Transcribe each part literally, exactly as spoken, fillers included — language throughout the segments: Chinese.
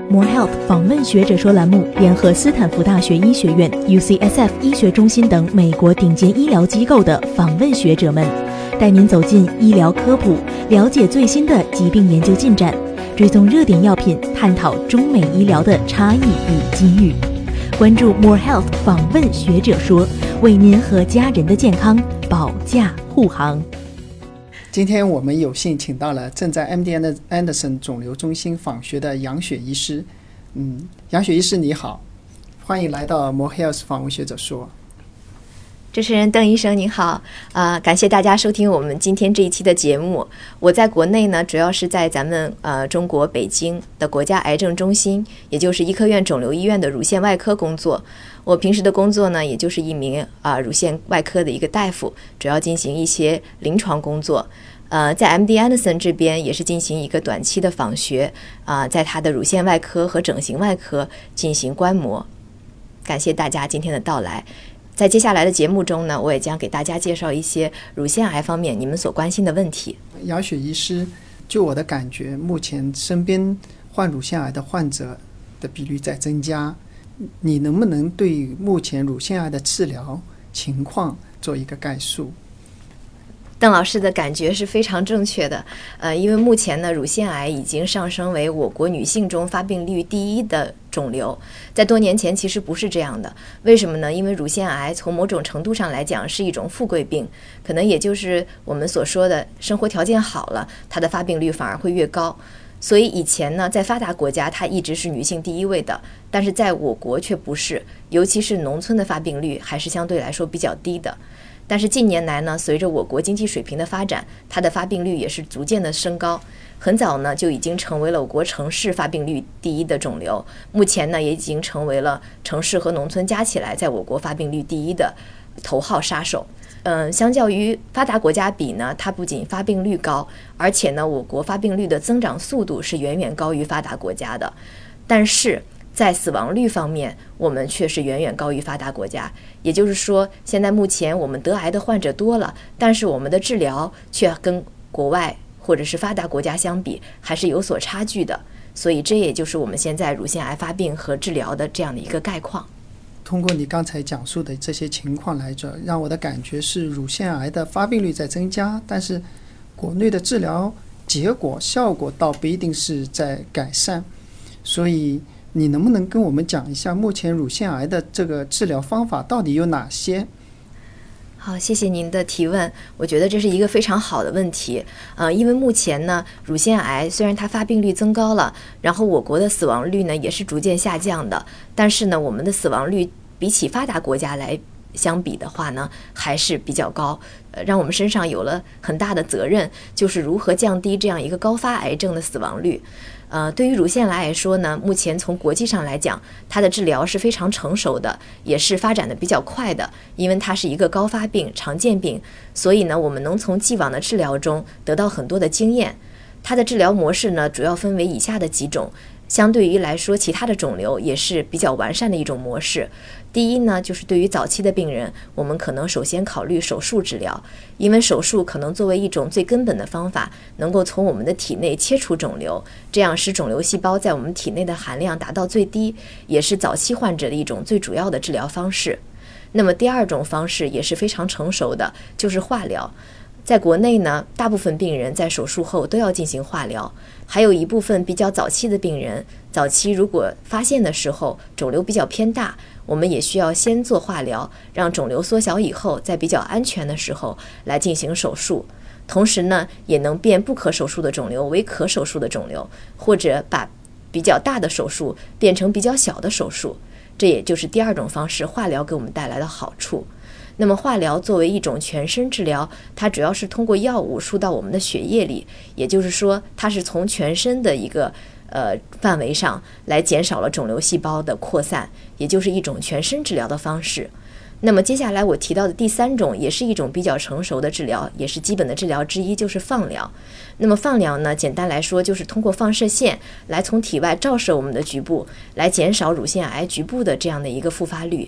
More Health 访问学者说栏目联合斯坦福大学医学院、U C S F 医学中心等美国顶尖医疗机构的访问学者们，带您走进医疗科普，了解最新的疾病研究进展，追踪热点药品，探讨中美医疗的差异与机遇。关注 More Health 访问学者说，为您和家人的健康保驾护航。 今天我们有幸请到了正在 M D Anderson 肿瘤中心访学的杨雪医师。嗯，杨雪医师你好，欢迎来到 More Health 访问学者说。 主持人邓医生您好，呃，感谢大家收听我们今天这一期的节目。我在国内呢，主要是在咱们呃中国北京的国家癌症中心，也就是医科院肿瘤医院的乳腺外科工作。我平时的工作呢，也就是一名啊、呃、乳腺外科的一个大夫，主要进行一些临床工作。呃，在 M D Anderson 这边也是进行一个短期的访学啊、呃，在他的乳腺外科和整形外科进行观摩。感谢大家今天的到来。在接下来的节目中呢，我也将给大家介绍一些乳腺癌方面你们所关心的问题。 杨雪医师，就我的感觉，目前身边患乳腺癌的患者的比率在增加，你能不能对目前乳腺癌的治疗情况做一个概述？ 邓老师的感觉是非常正确的，呃，因为目前呢，乳腺癌已经上升为我国女性中发病率第一的肿瘤，在多年前其实不是这样的。为什么呢？因为乳腺癌从某种程度上来讲是一种富贵病，可能也就是我们所说的生活条件好了，它的发病率反而会越高。所以以前呢，在发达国家它一直是女性第一位的，但是在我国却不是，尤其是农村的发病率还是相对来说比较低的。但是近年来呢，随着我国经济水平的发展，它的发病率也是逐渐的升高。很早呢就已经成为了我国城市发病率第一的肿瘤，目前呢也已经成为了城市和农村加起来在我国发病率第一的头号杀手。嗯，相较于发达国家比呢，它不仅发病率高，而且呢我国发病率的增长速度是远远高于发达国家的。但是在死亡率方面，我们却是远远高于发达国家。也就是说，现在目前我们得癌的患者多了，但是我们的治疗却跟国外或者是发达国家相比，还是有所差距的。所以这也就是我们现在乳腺癌发病和治疗的这样的一个概况。 通过你刚才讲述的这些情况来着，让我的感觉是乳腺癌的发病率在增加，但是国内的治疗结果效果倒不一定是在改善。所以你能不能跟我们讲一下目前乳腺癌的这个治疗方法到底有哪些？ 好，谢谢您的提问。我觉得这是一个非常好的问题。呃，因为目前呢，乳腺癌虽然它发病率增高了，然后我国的死亡率呢也是逐渐下降的，但是呢，我们的死亡率比起发达国家来相比的话呢，还是比较高。呃，让我们身上有了很大的责任，就是如何降低这样一个高发癌症的死亡率。呃，对于乳腺癌来说呢，目前从国际上来讲，它的治疗是非常成熟的，也是发展的比较快的，因为它是一个高发病、常见病，所以呢，我们能从既往的治疗中得到很多的经验。它的治疗模式呢，主要分为以下的几种。相对于来说，其他的肿瘤也是比较完善的一种模式。第一呢，就是对于早期的病人，我们可能首先考虑手术治疗，因为手术可能作为一种最根本的方法，能够从我们的体内切除肿瘤，这样使肿瘤细胞在我们体内的含量达到最低，也是早期患者的一种最主要的治疗方式。那么第二种方式也是非常成熟的，就是化疗。在国内呢，大部分病人在手术后都要进行化疗，还有一部分比较早期的病人，早期如果发现的时候肿瘤比较偏大，我们也需要先做化疗，让肿瘤缩小以后，在比较安全的时候来进行手术。同时呢，也能变不可手术的肿瘤为可手术的肿瘤，或者把比较大的手术变成比较小的手术。这也就是第二种方式，化疗给我们带来的好处。那么化疗作为一种全身治疗，它主要是通过药物输到我们的血液里，也就是说它是从全身的一个呃范围上来减少了肿瘤细胞的扩散，也就是一种全身治疗的方式。那么接下来我提到的第三种也是一种比较成熟的治疗，也是基本的治疗之一，就是放疗。那么放疗呢，简单来说就是通过放射线来从体外照射我们的局部，来减少乳腺癌局部的这样的一个复发率。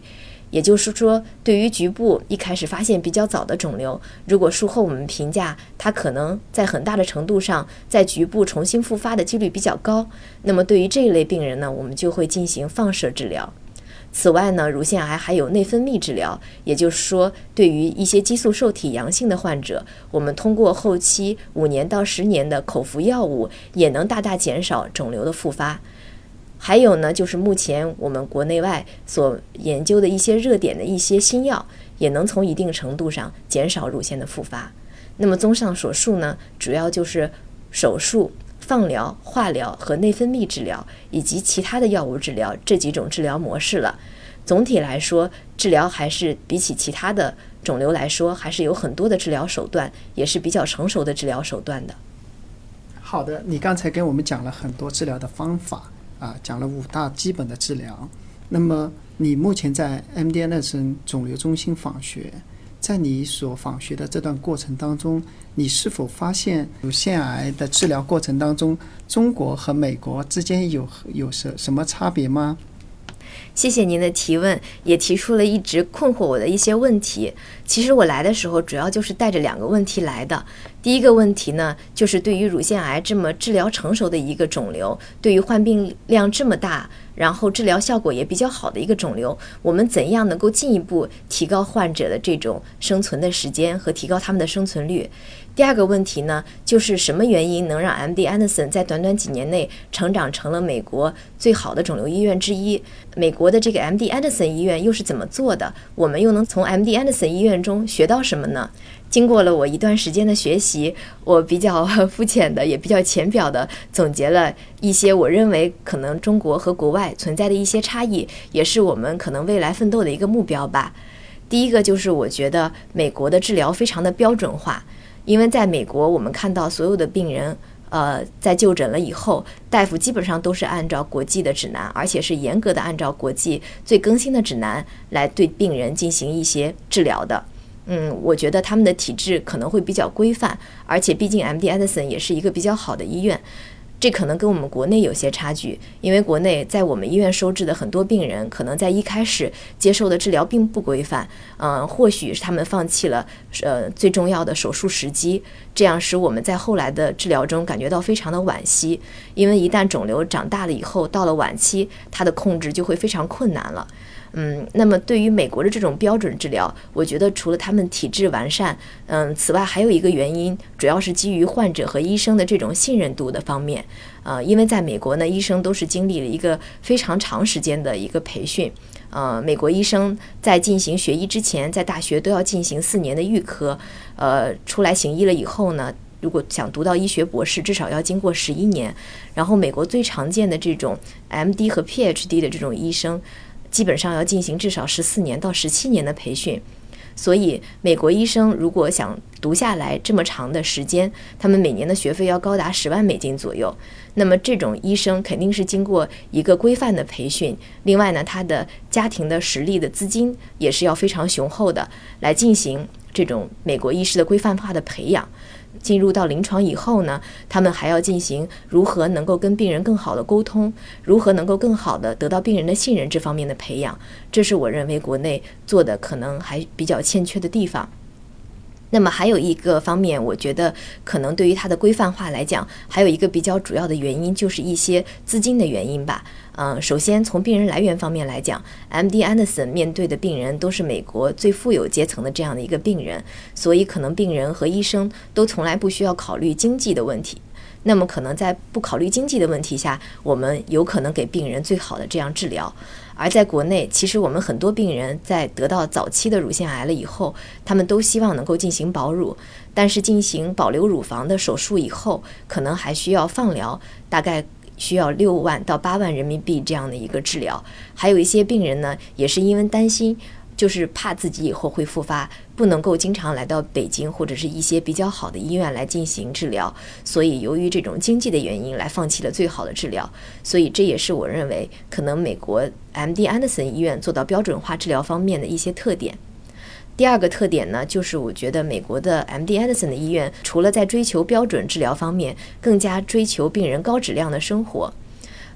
也就是说，对于局部一开始发现比较早的肿瘤，如果术后我们评价它可能在很大的程度上在局部重新复发的几率比较高，那么对于这一类病人呢，我们就会进行放射治疗。此外呢，乳腺癌还有内分泌治疗，也就是说，对于一些激素受体阳性的患者，我们通过后期五年到十年的口服药物，也能大大减少肿瘤的复发。还有呢，就是目前我们国内外所研究的一些热点的一些新药，也能从一定程度上减少乳腺的复发。那么综上所述呢，主要就是手术、放疗、化疗和内分泌治疗以及其他的药物治疗这几种治疗模式了。总体来说，治疗还是比起其他的肿瘤来说，还是有很多的治疗手段，也是比较成熟的治疗手段的。 好的，你刚才跟我们讲了很多治疗的方法啊，讲了五大基本的治疗。那么你目前在 M D Anderson 肿瘤中心访学，在你所访学的这段过程当中，你是否发现乳腺癌的治疗过程当中，中国和美国之间有有什什么差别吗？ 谢谢您的提问，也提出了一直困惑我的一些问题。其实我来的时候主要就是带着两个问题来的。第一个问题呢，就是对于乳腺癌这么治疗成熟的一个肿瘤，对于患病量这么大，然后治疗效果也比较好的一个肿瘤，我们怎样能够进一步提高患者的这种生存的时间和提高他们的生存率？第二个问题呢，就是什么原因能让 M D Anderson 在短短几年内成长成了美国最好的肿瘤医院之一？美国的这个 M D Anderson 医院又是怎么做的？我们又能从 M D Anderson 医院中学到什么呢？经过了我一段时间的学习，我比较肤浅的也比较浅表的总结了一些我认为可能中国和国外存在的一些差异，也是我们可能未来奋斗的一个目标吧。第一个就是我觉得美国的治疗非常的标准化，因为在美国我们看到所有的病人呃，在就诊了以后，大夫基本上都是按照国际的指南，而且是严格的按照国际最更新的指南来对病人进行一些治疗的。嗯，我觉得他们的体制可能会比较规范，而且毕竟 M D Anderson 也是一个比较好的医院，这可能跟我们国内有些差距，因为国内在我们医院收治的很多病人，可能在一开始接受的治疗并不规范，嗯，或许是他们放弃了呃最重要的手术时机，这样使我们在后来的治疗中感觉到非常的惋惜，因为一旦肿瘤长大了以后，到了晚期，它的控制就会非常困难了。嗯，那么对于美国的这种标准治疗，我觉得除了他们体制完善，嗯，此外还有一个原因，主要是基于患者和医生的这种信任度的方面。呃，因为在美国呢，医生都是经历了一个非常长时间的一个培训。呃，美国医生在进行学医之前，在大学都要进行四年的预科，呃，出来行医了以后呢，如果想读到医学博士，至少要经过十一年。然后美国最常见的这种 M D 和 P H D 的这种医生，基本上要进行至少十四年到十七年的培训，所以美国医生如果想读下来这么长的时间，他们每年的学费要高达十万美金左右。那么这种医生肯定是经过一个规范的培训，另外呢，他的家庭的实力的资金也是要非常雄厚的，来进行这种美国医师的规范化的培养。进入到临床以后呢，他们还要进行如何能够跟病人更好的沟通，如何能够更好的得到病人的信任这方面的培养，这是我认为国内做的可能还比较欠缺的地方。那么还有一个方面，我觉得可能对于它的规范化来讲，还有一个比较主要的原因，就是一些资金的原因吧。嗯，首先从病人来源方面来讲 ，M D Anderson 面对的病人都是美国最富有阶层的这样的一个病人，所以可能病人和医生都从来不需要考虑经济的问题。那么可能在不考虑经济的问题下，我们有可能给病人最好的这样治疗。而在国内，其实我们很多病人在得到早期的乳腺癌了以后，他们都希望能够进行保乳，但是进行保留乳房的手术以后，可能还需要放疗，大概需要六万到八万人民币这样的一个治疗。还有一些病人呢，也是因为担心，就是怕自己以后会复发，不能够经常来到北京或者是一些比较好的医院来进行治疗，所以由于这种经济的原因来放弃了最好的治疗。所以这也是我认为可能美国 M D Anderson 医院做到标准化治疗方面的一些特点。第二个特点呢，就是我觉得美国的 M D Anderson 的医院除了在追求标准治疗方面，更加追求病人高质量的生活。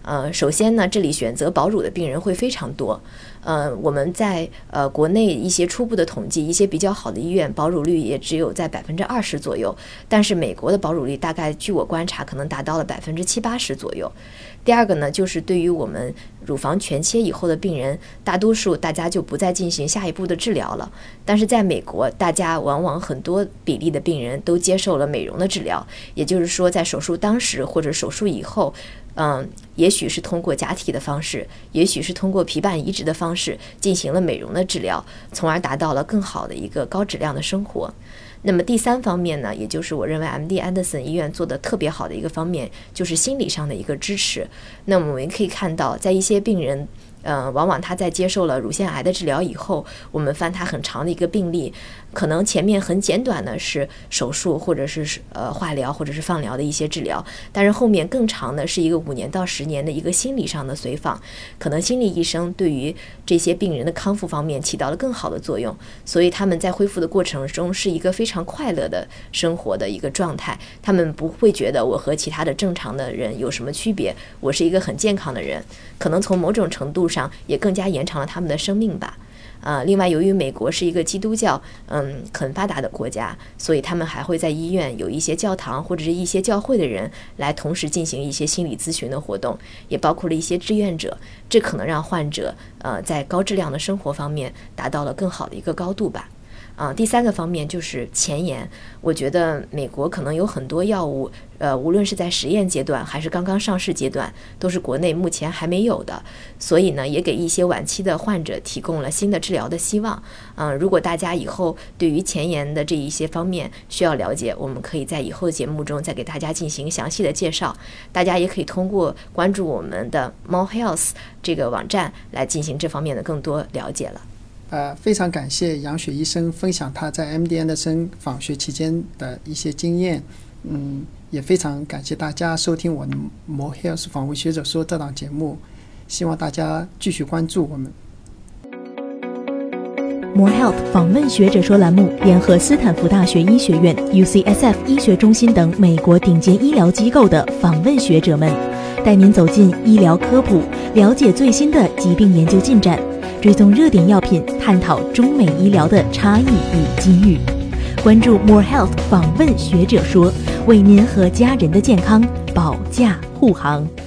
呃，首先呢，这里选择保乳的病人会非常多。呃，我们在呃国内一些初步的统计，一些比较好的医院保乳率也只有在百分之二十左右，但是美国的保乳率大概据我观察，可能达到了百分之七八十左右。第二个呢，就是对于我们乳房全切以后的病人，大多数大家就不再进行下一步的治疗了。但是在美国，大家往往很多比例的病人都接受了美容的治疗，也就是说，在手术当时或者手术以后。嗯，也许是通过假体的方式，也许是通过皮瓣移植的方式进行了美容的治疗，从而达到了更好的一个高质量的生活。那么第三方面呢，也就是我认为 M D Anderson 医院做的特别好的一个方面，就是心理上的一个支持。那么我们可以看到，在一些病人呃，往往他在接受了乳腺癌的治疗以后，我们翻他很长的一个病历，可能前面很简短的是手术或者是呃化疗或者是放疗的一些治疗，但是后面更长的是一个五年到十年的一个心理上的随访，可能心理医生对于这些病人的康复方面起到了更好的作用，所以他们在恢复的过程中是一个非常快乐的生活的一个状态，他们不会觉得我和其他的正常的人有什么区别，我是一个很健康的人，可能从某种程度上也更加延长了他们的生命吧。呃，另外，由于美国是一个基督教嗯很发达的国家，所以他们还会在医院有一些教堂或者是一些教会的人来同时进行一些心理咨询的活动，也包括了一些志愿者，这可能让患者呃在高质量的生活方面达到了更好的一个高度吧。啊、呃，第三个方面就是前沿，我觉得美国可能有很多药物，呃，无论是在实验阶段还是刚刚上市阶段，都是国内目前还没有的，所以呢，也给一些晚期的患者提供了新的治疗的希望。嗯、呃，如果大家以后对于前沿的这一些方面需要了解，我们可以在以后的节目中再给大家进行详细的介绍。大家也可以通过关注我们的 More Health 这个网站来进行这方面的更多了解了。 呃，非常感谢杨雪医生分享他在 M D Anderson 访学期间的一些经验。嗯，也非常感谢大家收听我的 More Health 访问学者说这档节目，希望大家继续关注我们。 More Health 访问学者说栏目联合斯坦福大学医学院、U C S F 医学中心等美国顶尖医疗机构的访问学者们，带您走进医疗科普，了解最新的疾病研究进展，追踪热点药品，探讨中美医疗的差异与机遇。关注 More Health 访问学者说，为您和家人的健康保驾护航。